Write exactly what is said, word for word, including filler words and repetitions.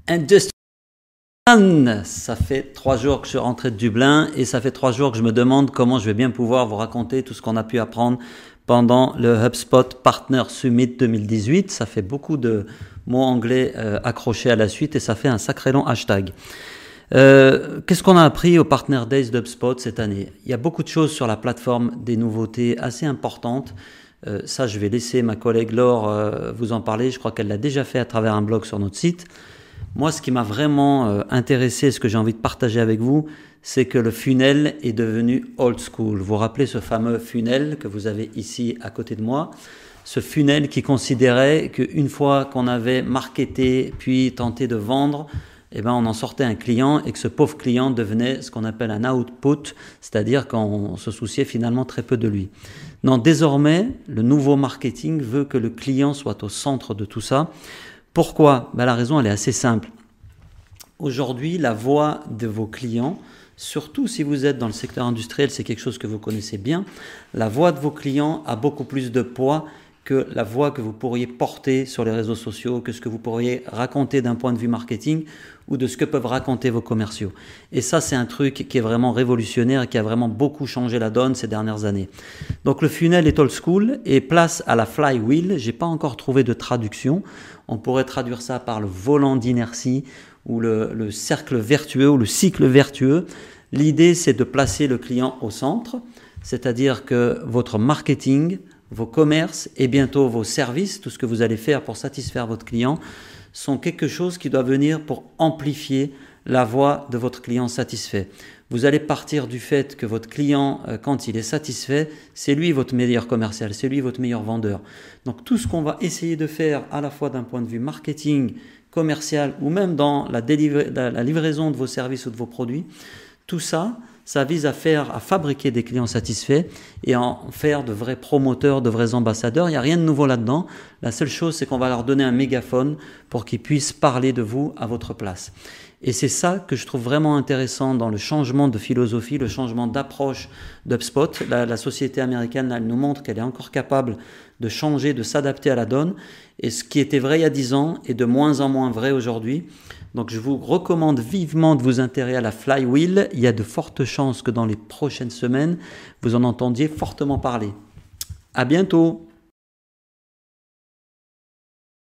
Industry. Ça fait trois jours que je suis rentré de Dublin et ça fait trois jours que je me demande comment je vais bien pouvoir vous raconter tout ce qu'on a pu apprendre pendant le HubSpot Partner Summit deux mille dix-huit. Ça fait beaucoup de mots anglais euh, accrochés à la suite et ça fait un sacré long hashtag. Euh, qu'est-ce qu'on a appris au Partner Days d'HubSpot cette année? Il y a beaucoup de choses sur la plateforme, des nouveautés assez importantes. Euh, ça, je vais laisser ma collègue Laure euh, vous en parler. Je crois qu'elle l'a déjà fait à travers un blog sur notre site. Moi, ce qui m'a vraiment euh, intéressé, ce que j'ai envie de partager avec vous, c'est que le funnel est devenu old school. Vous vous rappelez ce fameux funnel que vous avez ici à côté de moi? Ce funnel qui considérait qu'une fois qu'on avait marketé puis tenté de vendre, eh ben, on en sortait un client et que ce pauvre client devenait ce qu'on appelle un output, c'est-à-dire qu'on se souciait finalement très peu de lui. Non, désormais, le nouveau marketing veut que le client soit au centre de tout ça. Pourquoi? Ben, la raison, elle est assez simple. Aujourd'hui, la voix de vos clients, surtout si vous êtes dans le secteur industriel, c'est quelque chose que vous connaissez bien, la voix de vos clients a beaucoup plus de poids que la voix que vous pourriez porter sur les réseaux sociaux, que ce que vous pourriez raconter d'un point de vue marketing ou de ce que peuvent raconter vos commerciaux. Et ça, c'est un truc qui est vraiment révolutionnaire et qui a vraiment beaucoup changé la donne ces dernières années. Donc le funnel est old school et place à la flywheel. J'ai pas encore trouvé de traduction. On pourrait traduire ça par le volant d'inertie ou le, le cercle vertueux ou le cycle vertueux. L'idée, c'est de placer le client au centre, c'est-à-dire que votre marketing, vos commerces et bientôt vos services, tout ce que vous allez faire pour satisfaire votre client, sont quelque chose qui doit venir pour amplifier la voix de votre client satisfait. Vous allez partir du fait que votre client, quand il est satisfait, c'est lui votre meilleur commercial, c'est lui votre meilleur vendeur. Donc tout ce qu'on va essayer de faire à la fois d'un point de vue marketing, commercial ou même dans la, délivra- la livraison de vos services ou de vos produits, tout ça, ça vise à faire, à fabriquer des clients satisfaits et à en faire de vrais promoteurs, de vrais ambassadeurs. Il n'y a rien de nouveau là-dedans. La seule chose, c'est qu'on va leur donner un mégaphone pour qu'ils puissent parler de vous à votre place. Et c'est ça que je trouve vraiment intéressant dans le changement de philosophie, le changement d'approche d'HubSpot. La, la société américaine, là, elle nous montre qu'elle est encore capable de changer, de s'adapter à la donne. Et ce qui était vrai il y a dix ans est de moins en moins vrai aujourd'hui. Donc je vous recommande vivement de vous intéresser à la flywheel. Il y a de fortes chances que dans les prochaines semaines, vous en entendiez fortement parler. À bientôt!